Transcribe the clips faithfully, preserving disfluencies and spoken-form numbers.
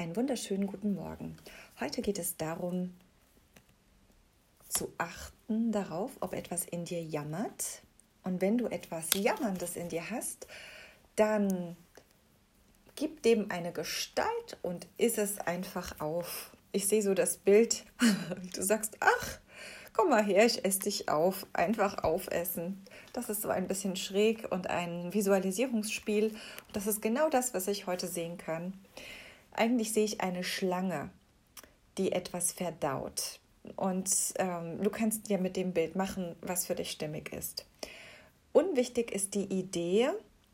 einen wunderschönen guten Morgen. Heute geht es darum, zu achten darauf, ob etwas in dir jammert. Und wenn du etwas Jammerndes in dir hast, dann gib dem eine Gestalt und iss es einfach auf. Ich sehe so das Bild, du sagst, ach, komm mal her, ich esse dich auf. Einfach aufessen. Das ist so ein bisschen schräg und ein Visualisierungsspiel. Und das ist genau das, was ich heute sehen kann. Eigentlich sehe ich eine Schlange, die etwas verdaut. Und ähm, du kannst dir mit dem Bild machen, was für dich stimmig ist. Unwichtig ist die Idee,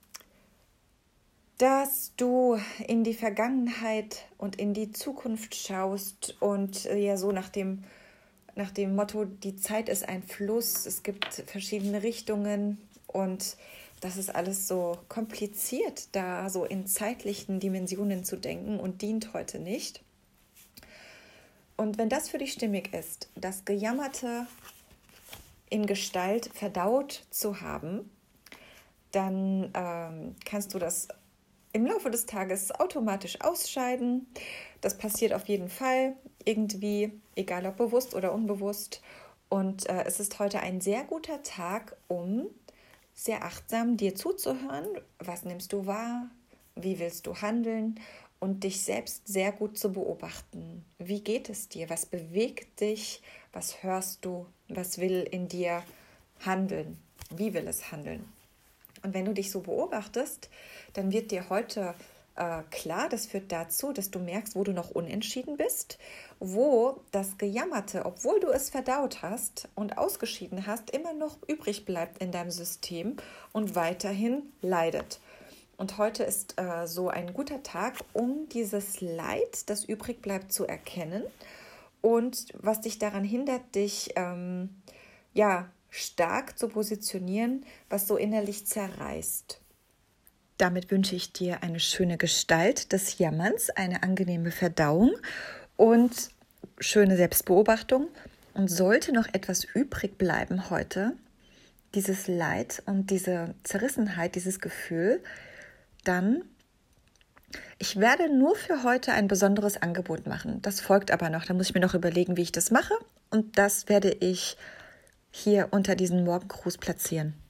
dass du in die Vergangenheit und in die Zukunft schaust und äh, ja so nach dem, nach dem Motto, die Zeit ist ein Fluss, es gibt verschiedene Richtungen und das ist alles so kompliziert, da so in zeitlichen Dimensionen zu denken und dient heute nicht. Und wenn das für dich stimmig ist, das Gejammerte in Gestalt verdaut zu haben, dann ähm, kannst du das im Laufe des Tages automatisch ausscheiden. Das passiert auf jeden Fall irgendwie, egal ob bewusst oder unbewusst. Und äh, es ist heute ein sehr guter Tag, um sehr achtsam dir zuzuhören. Was nimmst du wahr? Wie willst du handeln? Und dich selbst sehr gut zu beobachten. Wie geht es dir? Was bewegt dich? Was hörst du? Was will in dir handeln? Wie will es handeln? Und wenn du dich so beobachtest, dann wird dir heute äh, klar, das führt dazu, dass du merkst, wo du noch unentschieden bist, wo das Gejammerte, obwohl du es verdaut hast und ausgeschieden hast, immer noch übrig bleibt in deinem System und weiterhin leidet. Und heute ist äh, so ein guter Tag, um dieses Leid, das übrig bleibt, zu erkennen und was dich daran hindert, dich ähm, ja, stark zu positionieren, was so innerlich zerreißt. Damit wünsche ich dir eine schöne Gestalt des Jammerns, eine angenehme Verdauung und schöne Selbstbeobachtung. Und sollte noch etwas übrig bleiben heute, dieses Leid und diese Zerrissenheit, dieses Gefühl, dann, ich werde nur für heute ein besonderes Angebot machen. Das folgt aber noch. Da muss ich mir noch überlegen, wie ich das mache. Und das werde ich hier unter diesen Morgengruß platzieren.